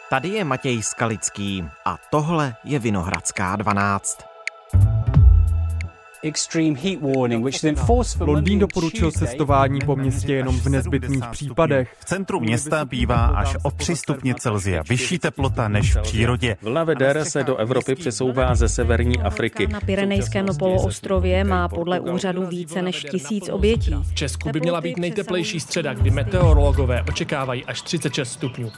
Tady je Matěj Skalický a tohle je Vinohradská 12. Londýn doporučil cestování po městě jenom v nezbytných případech. V centru města bývá až o 3 stupně Celsia vyšší teplota než v přírodě. Vlna veder se do Evropy přesouvá ze severní Afriky. Na Pyrenejském poloostrově má podle úřadu více než 1000 obětí. V Česku by měla být nejteplejší středa, kdy meteorologové očekávají až 36 stupňů.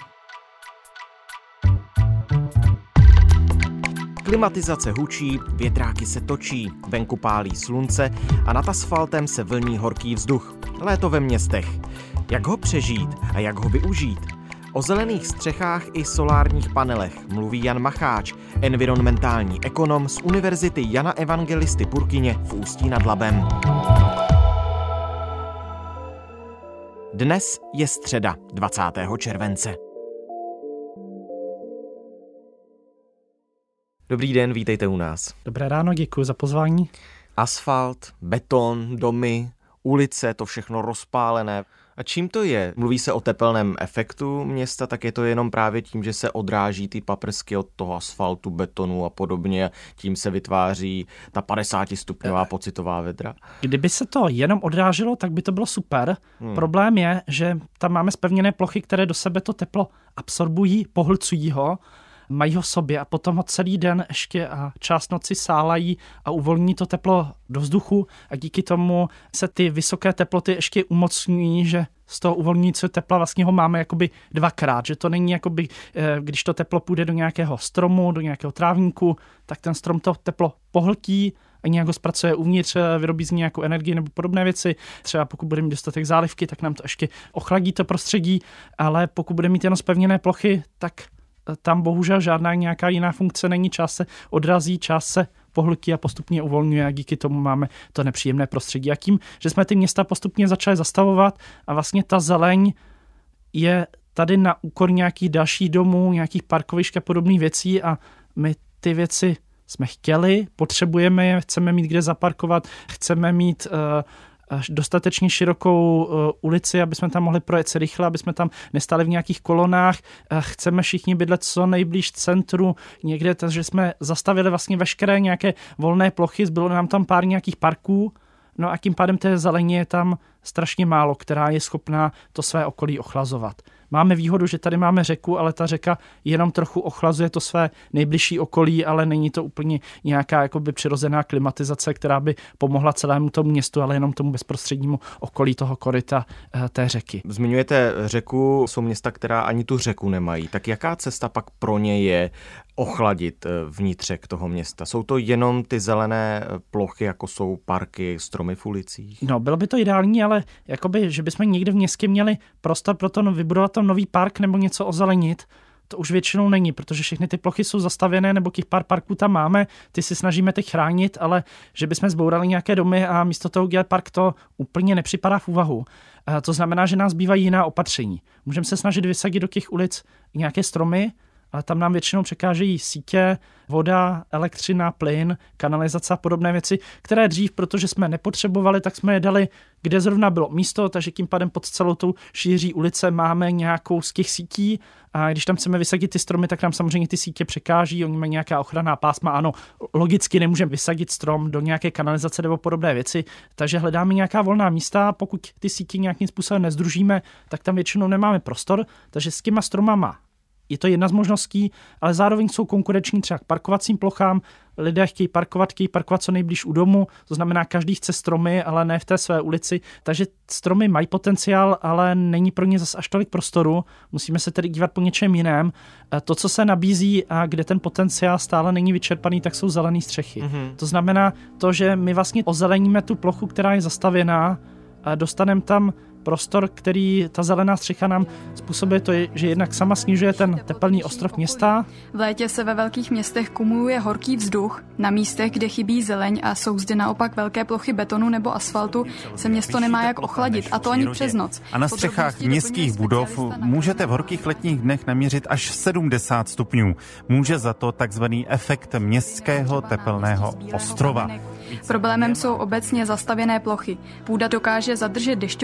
Klimatizace hučí, větráky se točí, venku pálí slunce a nad asfaltem se vlní horký vzduch. Léto ve městech. Jak ho přežít a jak ho využít? O zelených střechách i solárních panelech mluví Jan Macháč, environmentální ekonom z Univerzity Jana Evangelisty Purkyně v Ústí nad Labem. Dnes je středa 20. července. Dobrý den, vítejte u nás. Dobré ráno, děkuji za pozvání. Asfalt, beton, domy, ulice, to všechno rozpálené. A čím to je? Mluví se o tepelném efektu města, tak je to jenom právě tím, že se odráží ty paprsky od toho asfaltu, betonu a podobně. Tím se vytváří ta 50stupňová pocitová vedra. Kdyby se to jenom odráželo, tak by to bylo super. Problém je, že tam máme zpevněné plochy, které do sebe to teplo absorbují, pohlcují ho, mají ho v sobě a potom ho celý den ještě a část noci sálají a uvolní to teplo do vzduchu a díky tomu se ty vysoké teploty ještě umocňují, že z toho uvolňujícího tepla vlastně ho máme jakoby dvakrát, že to není jakoby, když to teplo půjde do nějakého stromu, do nějakého trávníku, tak ten strom to teplo pohltí a nějak ho zpracuje uvnitř, vyrobí z nějakou energii nebo podobné věci. Třeba pokud bude mít dostatek zálivky, tak nám to ještě ochladí to prostředí, ale pokud bude mít jenom zpevněné plochy, tak tam bohužel žádná nějaká jiná funkce není, část se odrazí, část se pohltí a postupně uvolňuje a díky tomu máme to nepříjemné prostředí. A tím, že jsme ty města postupně začali zastavovat a vlastně ta zeleň je tady na úkor nějakých dalších domů, nějakých parkovišť a podobných věcí a my ty věci jsme chtěli, potřebujeme je, chceme mít kde zaparkovat, chceme mít dostatečně širokou ulici, aby jsme tam mohli projet se rychle, aby jsme tam nestáli v nějakých kolonách. Chceme všichni bydlet co nejblíž centru někde, takže jsme zastavili vlastně veškeré nějaké volné plochy, zbylo nám tam pár nějakých parků, no a tím pádem té zeleně je tam strašně málo, která je schopná to své okolí ochlazovat. Máme výhodu, že tady máme řeku, ale ta řeka jenom trochu ochlazuje to své nejbližší okolí, ale není to úplně nějaká jakoby přirozená klimatizace, která by pomohla celému tomu městu, ale jenom tomu bezprostřednímu okolí toho koryta té řeky. Zmiňujete řeku, jsou města, která ani tu řeku nemají. Tak jaká cesta pak pro ně je ochladit vnitřek toho města? Jsou to jenom ty zelené plochy, jako jsou parky, stromy v ulicích? No, bylo by to ideální, ale jakoby, že bychom někde v městě měli prostor pro to vybudovat tam nový park nebo něco ozelenit, to už většinou není, protože všechny ty plochy jsou zastavěné, nebo těch pár parků tam máme, ty si snažíme teď chránit, ale že bychom zbourali nějaké domy a místo toho udělat park, to úplně nepřipadá v úvahu. To znamená, že nás bývají jiná opatření. Můžeme se snažit vysadit do těch ulic nějaké stromy, ale tam nám většinou překážejí sítě, voda, elektřina, plyn, kanalizace a podobné věci, které dřív, protože jsme nepotřebovali, tak jsme je dali, kde zrovna bylo místo, takže tím pádem pod celou tou šíří ulice máme nějakou z těch sítí a když tam chceme vysadit ty stromy, tak nám samozřejmě ty sítě překáží, oni mají nějaká ochranná pásma, ano, logicky nemůžeme vysadit strom do nějaké kanalizace nebo podobné věci, takže hledáme nějaká volná místa, pokud ty sítě nějakým způsobem nezdružíme, tak tam většinou nemáme prostor, takže s těma stromama je to jedna z možností, ale zároveň jsou konkurenční třeba k parkovacím plochám. Lidé chtějí parkovat co nejblíž u domu, to znamená, každý chce stromy, ale ne v té své ulici. Takže stromy mají potenciál, ale není pro ně zas až tolik prostoru. Musíme se tedy dívat po něčem jiném. To, co se nabízí a kde ten potenciál stále není vyčerpaný, tak jsou zelené střechy. To znamená to, že my vlastně ozeleníme tu plochu, která je zastavěná, a dostaneme tam prostor, který ta zelená střecha nám způsobuje to, že jednak sama snižuje ten tepelný ostrov města. V létě se ve velkých městech kumuluje horký vzduch. Na místech, kde chybí zeleň a jsou zde naopak velké plochy betonu nebo asfaltu, se město nemá jak ochladit, a to ani přes noc. A na střechách městských budov můžete v horkých letních dnech naměřit až 70 stupňů. Může za to takzvaný efekt městského tepelného ostrova. Problémem jsou obecně zastavěné plochy. Půda dokáže zadržet dešťovou vodu,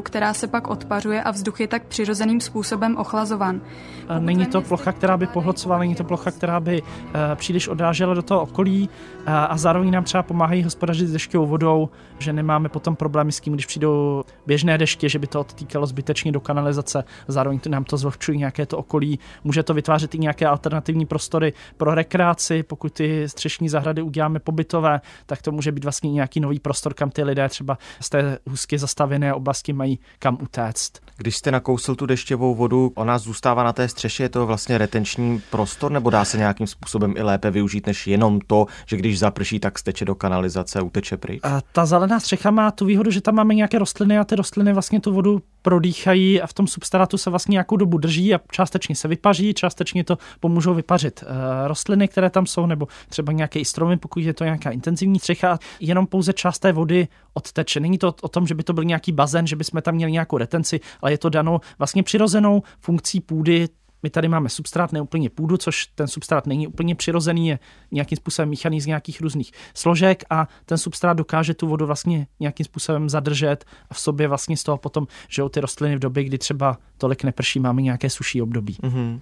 která se pak odpařuje a vzduch je tak přirozeným způsobem ochlazován. Není to plocha, která by pohlcovala, není to plocha, která by příliš odrážela do toho okolí a zároveň nám třeba pomáhají hospodařit s dešťovou vodou, že nemáme potom problémy s tím, když přijdou běžné deště, že by to odtýkalo zbytečně do kanalizace, zároveň nám to zvlhčuje nějaké to okolí, může to vytvářet i nějaké alternativní prostory pro rekreaci, pokud ty střešní zahrady uděláme pobytové, tak to může být vlastně nějaký nový prostor, kam ty lidé třeba z té hustě zastavěné oblasti mají kam utéct. Když jste nakousl tu dešťovou vodu, ona zůstává na té střeše, je to vlastně retenční prostor, nebo dá se nějakým způsobem i lépe využít, než jenom to, že když zaprší, tak steče do kanalizace a uteče pryč? A ta zelená střecha má tu výhodu, že tam máme nějaké rostliny a ty rostliny vlastně tu vodu prodýchají a v tom substrátu se vlastně nějakou dobu drží a částečně se vypaří, částečně to pomůžou vypařit rostliny, které tam jsou, nebo třeba nějaké i stromy, pokud je to nějaká intenzivní střecha, jenom pouze část té vody odteče. Není to o tom, že by to byl nějaký bazén, že bychom tam měli nějakou retenci, ale je to danou vlastně přirozenou funkcí půdy. My tady máme substrát, ne úplně půdu, což ten substrát není úplně přirozený, je nějakým způsobem míchaný z nějakých různých složek a ten substrát dokáže tu vodu vlastně nějakým způsobem zadržet a v sobě vlastně z toho potom žijou ty rostliny v době, kdy třeba tolik neprší, máme nějaké suší období.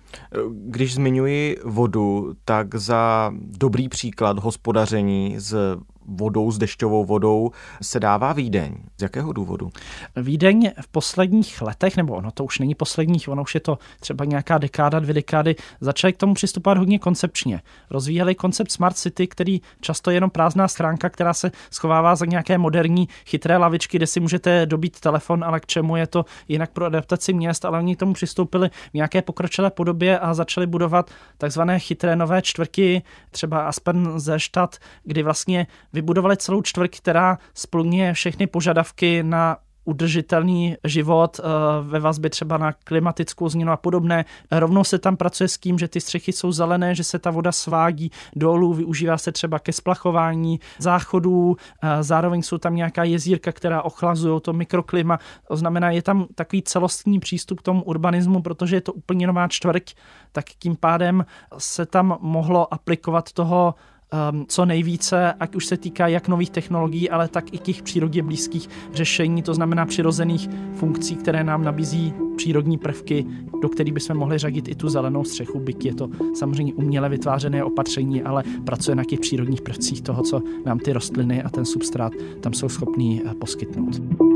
Když zmiňuji vodu, tak za dobrý příklad hospodaření s vodou, s dešťovou vodou se dává Vídeň. Z jakého důvodu? Vídeň v posledních letech, nebo ono to už není posledních, ono už je to třeba nějaká dekáda, 2 dekády, začali k tomu přistupovat hodně koncepčně. Rozvíjeli koncept Smart City, který často je jenom prázdná schránka, která se schovává za nějaké moderní chytré lavičky, kde si můžete dobít telefon, ale k čemu je to jinak pro adaptaci měst, ale oni k tomu přistoupili v nějaké pokročilé podobě a začali budovat takzvané chytré nové čtvrti, třeba Aspen-Zerstadt, kdy vlastně vybudovali celou čtvrť, která splňuje všechny požadavky na udržitelný život ve vazbě třeba na klimatickou změnu a podobné. Rovnou se tam pracuje s tím, že ty střechy jsou zelené, že se ta voda svádí dolů, využívá se třeba ke splachování záchodů, zároveň jsou tam nějaká jezírka, která ochlazují to mikroklima. To znamená, je tam takový celostní přístup k tomu urbanismu, protože je to úplně nová čtvrť, tak tím pádem se tam mohlo aplikovat toho co nejvíce, ať už se týká jak nových technologií, ale tak i těch přírodě blízkých řešení, to znamená přirozených funkcí, které nám nabízí přírodní prvky, do kterých bychom mohli řadit i tu zelenou střechu, byť je to samozřejmě uměle vytvářené opatření, ale pracuje na těch přírodních prvcích toho, co nám ty rostliny a ten substrát tam jsou schopní poskytnout.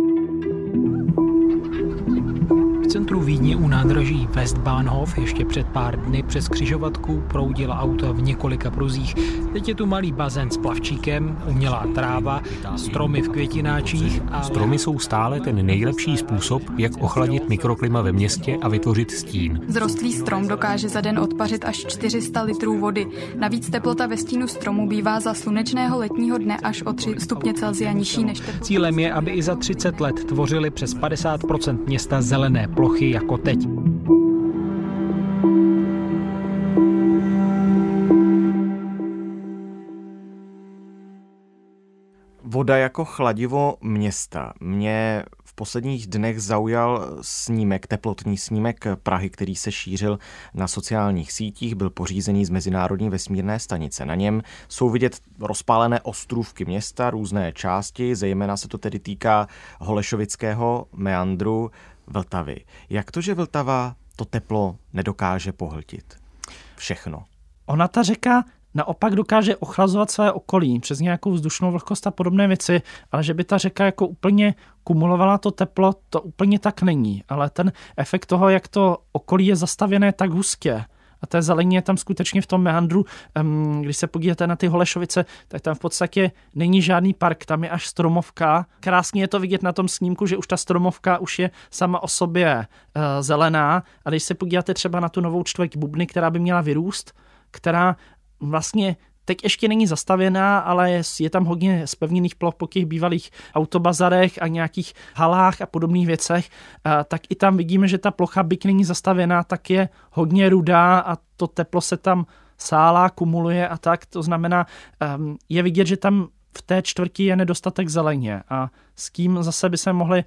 V centru Vídně u nádraží Westbahnhof ještě před pár dny přes křižovatku proudila auta v několika pruzích. Teď je tu malý bazén s plavčíkem, umělá tráva, stromy v květináčích. Stromy jsou stále ten nejlepší způsob, jak ochladit mikroklima ve městě a vytvořit stín. Zrostlý strom dokáže za den odpařit až 400 litrů vody. Navíc teplota ve stínu stromu bývá za slunečného letního dne až o 3 stupně Celsia nižší než teplota. Cílem je, aby i za 30 let tvořili přes 50% města zelené plochy jako teď. Voda jako chladivo města. Mě v posledních dnech zaujal snímek, teplotní snímek Prahy, který se šířil na sociálních sítích, byl pořízený z Mezinárodní vesmírné stanice. Na něm jsou vidět rozpálené ostrůvky města, různé části, zejména se to tedy týká Holešovického meandru Vltavy. Jak to, že Vltava to teplo nedokáže pohltit? Všechno. Ona ta řeka naopak dokáže ochlazovat své okolí přes nějakou vzdušnou vlhkost a podobné věci, ale že by ta řeka jako úplně kumulovala to teplo, to úplně tak není. Ale ten efekt toho, jak to okolí je zastavěné tak hustě, a té zelení je tam skutečně v tom meandru, když se podíváte na ty Holešovice, tak tam v podstatě není žádný park, tam je až stromovka. Krásně je to vidět na tom snímku, že už ta stromovka už je sama o sobě zelená. A když se podíváte třeba na tu novou čtvrť Bubny, která by měla vyrůst, která vlastně teď ještě není zastavěná, ale je tam hodně zpevněných ploch po těch bývalých autobazarech a nějakých halách a podobných věcech, tak i tam vidíme, že ta plocha, byť není zastavěná, tak je hodně rudá a to teplo se tam sálá, kumuluje a tak. To znamená, je vidět, že tam v té čtvrti je nedostatek zeleně a s tím zase by se mohli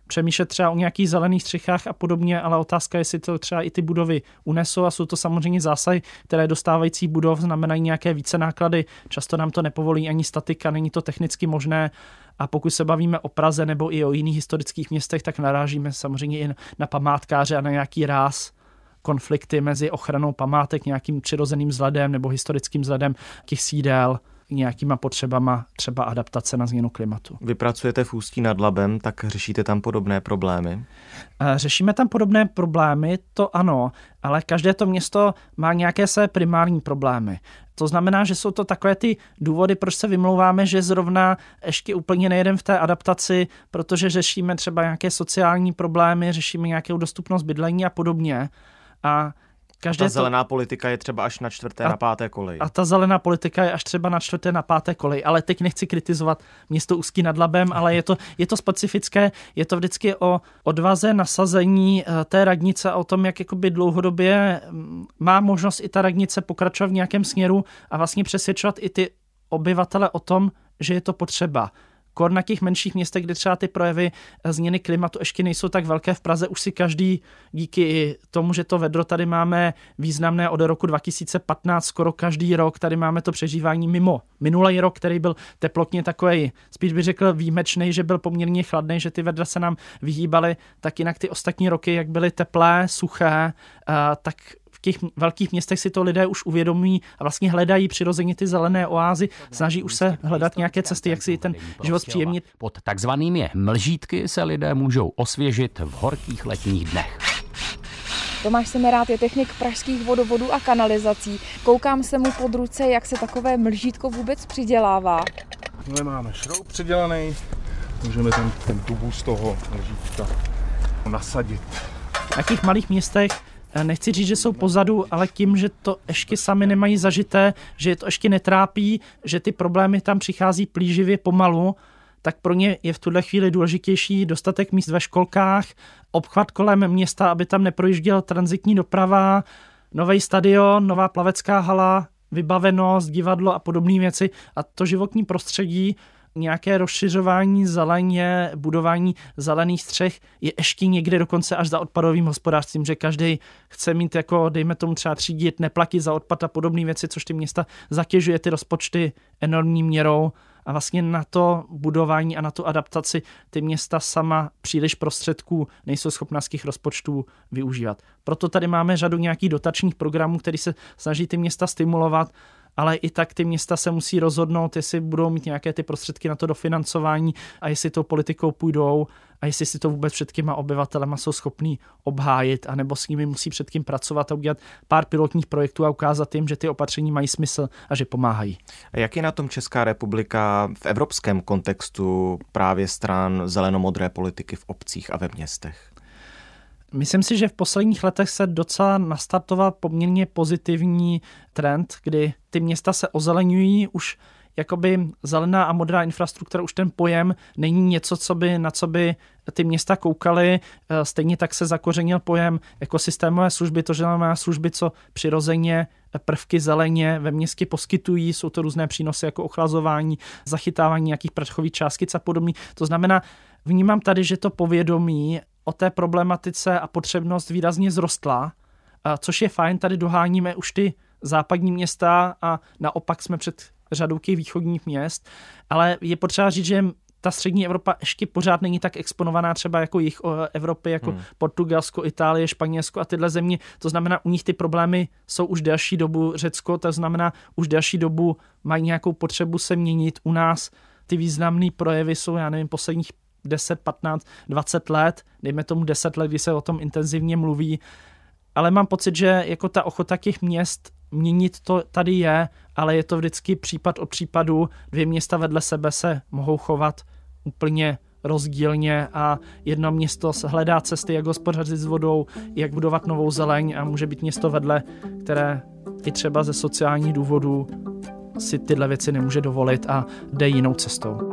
přemýšlet třeba o nějakých zelených střechách a podobně, ale otázka je, jestli to třeba i ty budovy unesou a jsou to samozřejmě zásahy, které do stávajících budov znamenají nějaké více náklady. Často nám to nepovolí ani statika, není to technicky možné. A pokud se bavíme o Praze nebo i o jiných historických městech, tak narážíme samozřejmě i na památkáře a na nějaký ráz, konflikty mezi ochranou památek, nějakým přirozeným vzhledem nebo historickým vzhledem těch sídel, nějakýma potřebama třeba adaptace na změnu klimatu. Vy pracujete v Ústí nad Labem, tak řešíte tam podobné problémy? Řešíme tam podobné problémy, to ano, ale každé to město má nějaké své primární problémy. To znamená, že jsou to takové ty důvody, proč se vymlouváme, že zrovna ještě úplně nejedeme v té adaptaci, protože řešíme třeba nějaké sociální problémy, řešíme nějakou dostupnost bydlení a podobně. A ta zelená politika je třeba až na 4. na 5. koleji. A ta zelená politika je až třeba na 4. na 5. koleji. Ale teď nechci kritizovat město Ústí nad Labem, ale je to specifické. Je to vždycky o odvaze, nasazení té radnice a o tom, jak jakoby dlouhodobě má možnost i ta radnice pokračovat v nějakém směru a vlastně přesvědčovat i ty obyvatele o tom, že je to potřeba. Kor na těch menších městech, kde třeba ty projevy změny klimatu ještě nejsou tak velké. V Praze už si každý, díky tomu, že to vedro tady máme významné od roku 2015, skoro každý rok tady máme to přežívání mimo. Minulý rok, který byl teplotně takový, spíš bych řekl výjimečný, že byl poměrně chladný, že ty vedra se nám vyhýbaly, tak jinak ty ostatní roky, jak byly teplé, suché, tak v těch velkých městech si to lidé už uvědomí a vlastně hledají přirozeně ty zelené oázy, snaží už se hledat nějaké cesty, jak si ten život zpříjemnit. Pod takzvanými mlžítky se lidé můžou osvěžit v horkých letních dnech. Tomáš Semerád je technik pražských vodovodů a kanalizací. Koukám se mu pod ruce, jak se takové mlžítko vůbec přidělává. Tohle máme šroub přidělaný, můžeme ten tubus z toho mlžítka nasadit. Na těch malých městech nechci říct, že jsou pozadu, ale tím, že to ještě sami nemají zažité, že je to ještě netrápí, že ty problémy tam přichází plíživě pomalu, tak pro ně je v tuhle chvíli důležitější dostatek míst ve školkách, obchvat kolem města, aby tam neprojížděl tranzitní doprava, nový stadion, nová plavecká hala, vybavenost, divadlo a podobné věci a to životní prostředí, nějaké rozšiřování zeleně, budování zelených střech je ještě někde dokonce až za odpadovým hospodářstvím, že každý chce mít jako, dejme tomu třeba třídit, neplatit za odpad a podobné věci, což ty města zatěžuje ty rozpočty enormní měrou a vlastně na to budování a na tu adaptaci ty města sama příliš prostředků nejsou schopná z těch rozpočtů využívat. Proto tady máme řadu nějakých dotačních programů, které se snaží ty města stimulovat, ale i tak ty města se musí rozhodnout, jestli budou mít nějaké ty prostředky na to dofinancování a jestli tou politikou půjdou a jestli si to vůbec před těma obyvatelema jsou schopní obhájit, anebo s nimi musí před tím pracovat a udělat pár pilotních projektů a ukázat jim, že ty opatření mají smysl a že pomáhají. A jak je na tom Česká republika v evropském kontextu právě stran zelenomodré politiky v obcích a ve městech? Myslím si, že v posledních letech se docela nastartoval poměrně pozitivní trend, kdy ty města se ozeleňují, už jakoby zelená a modrá infrastruktura, už ten pojem není něco, na co by ty města koukaly. Stejně tak se zakořenil pojem ekosystémové služby, to znamená služby, co přirozeně prvky zeleně ve městě poskytují. Jsou to různé přínosy jako ochlazování, zachytávání nějakých prachových částic a podobný. To znamená, vnímám tady, že to povědomí o té problematice a potřebnost výrazně zrostla, což je fajn, tady doháníme už ty západní města a naopak jsme před řadou těch východních měst, ale je potřeba říct, že ta střední Evropa ještě pořád není tak exponovaná třeba jako jih Evropy, jako Portugalsko, Itálie, Španělsko a tyhle země. To znamená, u nich ty problémy jsou už delší dobu, Řecko, to znamená, už delší dobu mají nějakou potřebu se měnit. U nás ty významné projevy jsou, já nevím, posledních 10, 15, 20 let, dejme tomu 10 let, kdy se o tom intenzivně mluví, ale mám pocit, že jako ta ochota těch měst měnit to tady je, ale je to vždycky případ od případu. Dvě města vedle sebe se mohou chovat úplně rozdílně a jedno město hledá cesty, jak hospodařit s vodou, jak budovat novou zeleň a může být město vedle, které i třeba ze sociálních důvodů si tyhle věci nemůže dovolit a jde jinou cestou.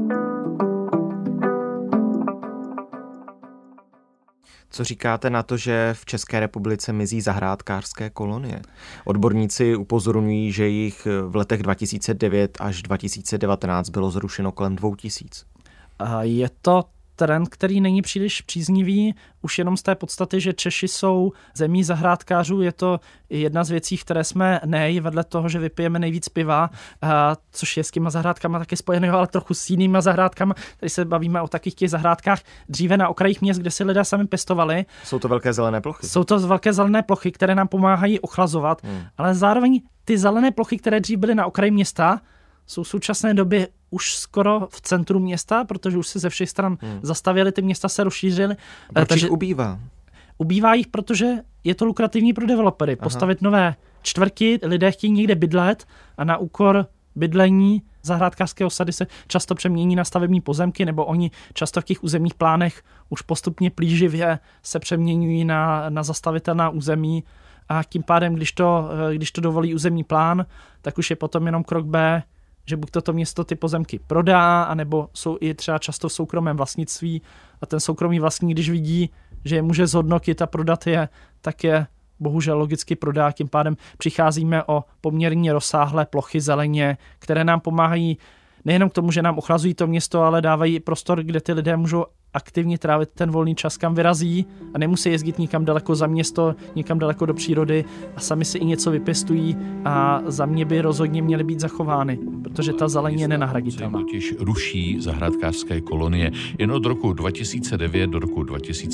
Co říkáte na to, že v České republice mizí zahrádkářské kolonie? Odborníci upozorňují, že jich v letech 2009 až 2019 bylo zrušeno kolem 2000. Je to trend, který není příliš příznivý, už jenom z té podstaty, že Češi jsou zemí zahrádkářů, je to jedna z věcí, které jsme vedle toho, že vypijeme nejvíc piva, což je s těma zahrádkama taky spojeného, ale trochu s jinýma zahrádkama. Tady se bavíme o takových těch zahrádkách dříve na okrajích měst, kde si lidé sami pěstovali. Jsou to velké zelené plochy? Jsou to velké zelené plochy, které nám pomáhají ochlazovat, ale zároveň ty zelené plochy, které dřív byly na okraji města, jsou v současné době už skoro v centru města, protože už se ze všech stran zastavěly, ty města se rozšířily. Proč jich ubývá? Ubývá jich, protože je to lukrativní pro developery. Postavit nové čtvrti, lidé chtějí někde bydlet a na úkor bydlení zahrádkářské osady se často přemění na stavební pozemky, nebo oni často v těch územních plánech už postupně plíživě se přeměňují na zastavitelná území a tím pádem, když to dovolí územní plán, tak už je potom jenom krok B, že buď toto město ty pozemky prodá, anebo jsou i třeba často v soukromém vlastnictví a ten soukromý vlastník, když vidí, že je může zhodnotit a prodat je, tak je bohužel logicky prodá. Tím pádem přicházíme o poměrně rozsáhlé plochy zeleně, které nám pomáhají nejenom k tomu, že nám ochlazují to město, ale dávají prostor, kde ty lidé můžou aktivně trávit ten volný čas, kam vyrazí a nemusí jezdit nikam daleko za město, nikam daleko do přírody a sami si i něco vypěstují a za mě by rozhodně měly být zachovány, protože ta zeleň je nenahraditelná. Totiž ruší zahrádkářské kolonie. Jen od roku 2009 do roku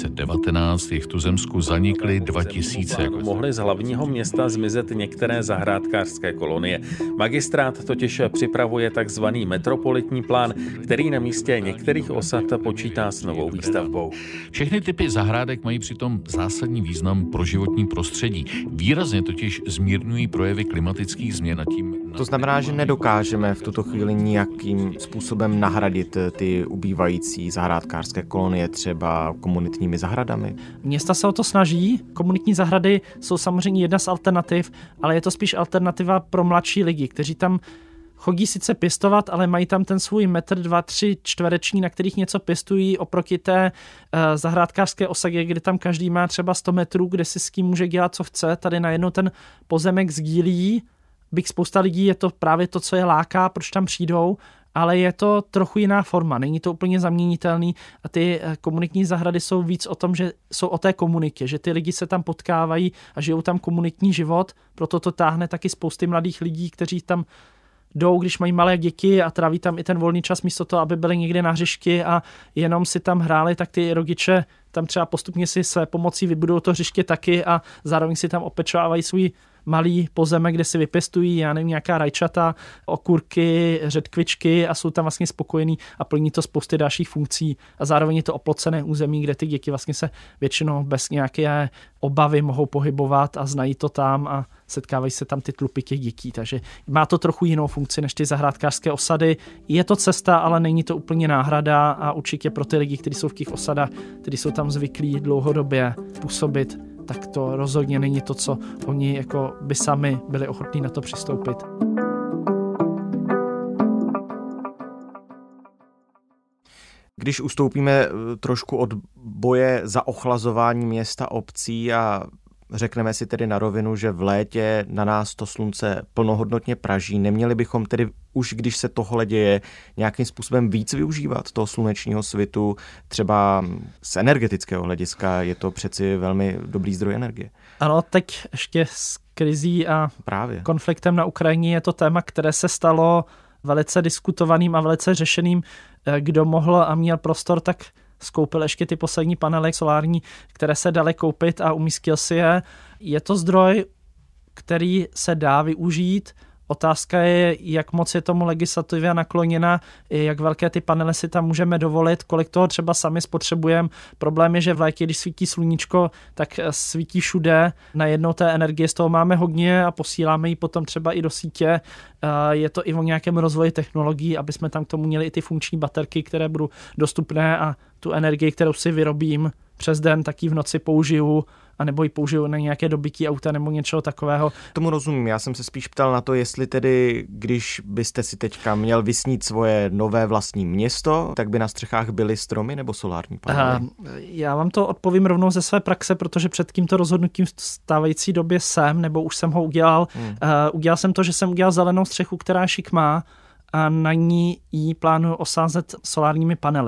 2019 jich v tuzemsku zanikly 2000. Mohly z hlavního města zmizet některé zahrádkářské kolonie. Magistrát totiž připravuje takzvaný metropolitní plán, který na místě některých osad počítá s novou výstavbou. Všechny typy zahrádek mají přitom zásadní význam pro životní prostředí. Výrazně totiž zmírňují projevy klimatických změn a tím... To znamená, že nedokážeme v tuto chvíli nějakým způsobem nahradit ty ubývající zahrádkářské kolonie třeba komunitními zahradami? Města se o to snaží. Komunitní zahrady jsou samozřejmě jedna z alternativ, ale je to spíš alternativa pro mladší lidi, kteří tam chodí sice pěstovat, ale mají tam ten svůj 1,2-3 čtvereční, na kterých něco pěstují oproti té zahrádkářské osadě, kde tam každý má třeba 100 metrů, kde si s kým může dělat, co chce. Tady najednou ten pozemek sdílí. Byť spousta lidí je to právě to, co je láká, proč tam přijdou, ale je to trochu jiná forma. Není to úplně zaměnitelný a ty komunitní zahrady jsou víc o tom, že jsou o té komunitě, že ty lidi se tam potkávají a žijou tam komunitní život, proto to táhne taky spousty mladých lidí, kteří tam jdou, když mají malé děti a tráví tam i ten volný čas místo toho, aby byli někde na hřišti a jenom si tam hráli, tak ty rodiče tam třeba postupně si své pomocí vybudou to hřiště taky a zároveň si tam opečovávají svůj malý pozemek, kde si vypěstují, já nevím, nějaká rajčata, okurky, řetkvičky a jsou tam vlastně spokojení a plní to spousty dalších funkcí a zároveň je to oplocené území, kde ty děti vlastně se většinou bez nějaké obavy mohou pohybovat a znají to tam a setkávají se tam ty tlupy těch dětí, takže má to trochu jinou funkci než ty zahrádkářské osady. Je to cesta, ale není to úplně náhrada a určitě pro ty lidi, kteří jsou v těch osadách, kteří jsou tam zvyklí dlouhodobě působit, tak to rozhodně není to, co oni jako by sami byli ochotní na to přistoupit. Když ustoupíme trošku od boje za ochlazování města, obcí a řekneme si tedy na rovinu, že v létě na nás to slunce plnohodnotně praží, neměli bychom tedy už, když se tohle děje, nějakým způsobem víc využívat toho slunečního svitu, třeba z energetického hlediska je to přeci velmi dobrý zdroj energie. Ano, teď ještě s krizí a konfliktem na Ukrajině je to téma, které se stalo velice diskutovaným a velice řešeným. Kdo mohl a měl prostor, tak skoupil ještě ty poslední panely solární, které se daly koupit a umístil si je. Je to zdroj, který se dá využít. Otázka je, jak moc je tomu legislativě nakloněna, jak velké ty panely si tam můžeme dovolit, kolik toho třeba sami spotřebujeme. Problém je, že v létě, když svítí sluníčko, tak svítí všude. Najednou té energie z toho máme hodně a posíláme ji potom třeba i do sítě. Je to i o nějakém rozvoji technologií, aby jsme tam k tomu měli i ty funkční baterky, které budou dostupné a tu energii, kterou si vyrobím přes den, tak ji v noci použiju, anebo ji použiju na nějaké dobytí auta nebo něčeho takového. Tomu rozumím, já jsem se spíš ptal na to, jestli tedy, když byste si teďka měl vysnít svoje nové vlastní město, tak by na střechách byly stromy nebo solární panely? Já vám to odpovím rovnou ze své praxe, protože před tímto rozhodnutím v stávající době nebo už jsem ho udělal. Udělal jsem to, že jsem udělal zelenou střechu, která šikmá a na ní jí plánuju osázet solárními panely.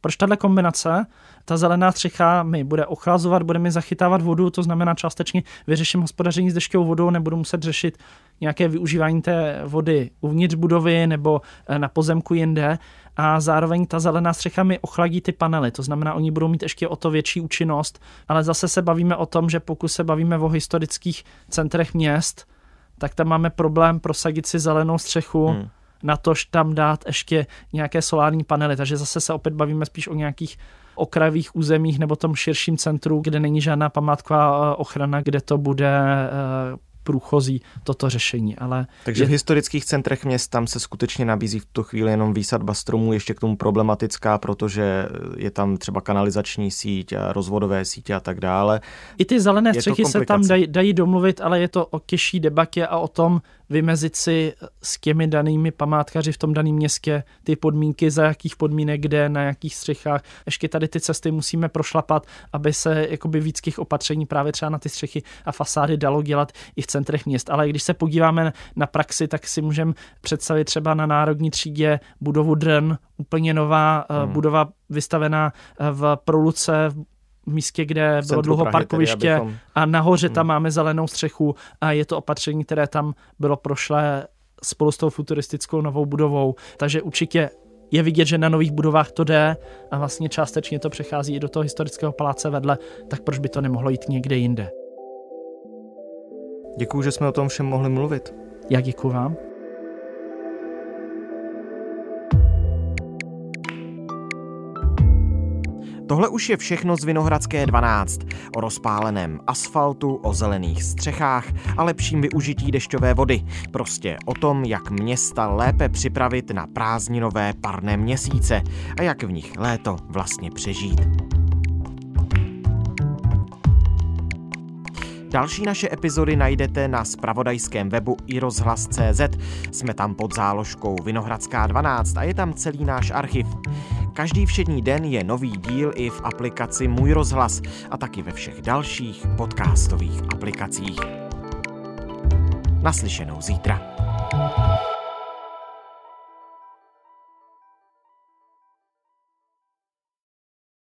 Proč tahle kombinace? Ta zelená střecha mi bude ochlazovat, bude mi zachytávat vodu, to znamená částečně vyřeším hospodaření s dešťovou vodou, nebudu muset řešit nějaké využívání té vody uvnitř budovy nebo na pozemku jinde. A zároveň ta zelená střecha mi ochladí ty panely, to znamená, oni budou mít ještě o to větší účinnost, ale zase se bavíme o tom, že pokud se bavíme o historických centrech měst, tak tam máme problém prosadit si zelenou střechu, natož tam dát ještě nějaké solární panely, takže zase se opět bavíme spíš o nějakých okrajových územích nebo tom širším centru, kde není žádná památková ochrana, kde to bude průchozí toto řešení. Takže v historických centrech měst tam se skutečně nabízí v tu chvíli jenom výsadba stromů, ještě k tomu problematická, protože je tam třeba kanalizační síť a rozvodové sítě a tak dále. I ty zelené střechy se tam dají domluvit, ale je to o těžší debatě a o tom vymezit si s těmi danými památkaři v tom daném městě ty podmínky, za jakých podmínek, kde, na jakých střechách. Ještě tady ty cesty musíme prošlapat, aby se jakoby víc těch opatření právě třeba na ty střechy a fasády dalo dělat i v centrech měst. Ale když se podíváme na praxi, tak si můžeme představit třeba na Národní třídě budovu Drn, úplně nová budova vystavená v Proluce, v místě, kde bylo dlouho parkoviště a nahoře tam máme zelenou střechu a je to opatření, které tam bylo prošlé spolu s tou futuristickou novou budovou. Takže určitě je vidět, že na nových budovách to jde a vlastně částečně to přechází i do toho historického paláce vedle, tak proč by to nemohlo jít někde jinde? Děkuju, že jsme o tom všem mohli mluvit. Já děkuju vám. Tohle už je všechno z Vinohradské 12. O rozpáleném asfaltu, o zelených střechách a lepším využití dešťové vody. Prostě o tom, jak města lépe připravit na prázdninové parné měsíce a jak v nich léto vlastně přežít. Další naše epizody najdete na zpravodajském webu iRozhlas.cz. Jsme tam pod záložkou Vinohradská 12 a je tam celý náš archiv. Každý všední den je nový díl i v aplikaci Můj rozhlas a taky ve všech dalších podcastových aplikacích. Naslyšenou zítra.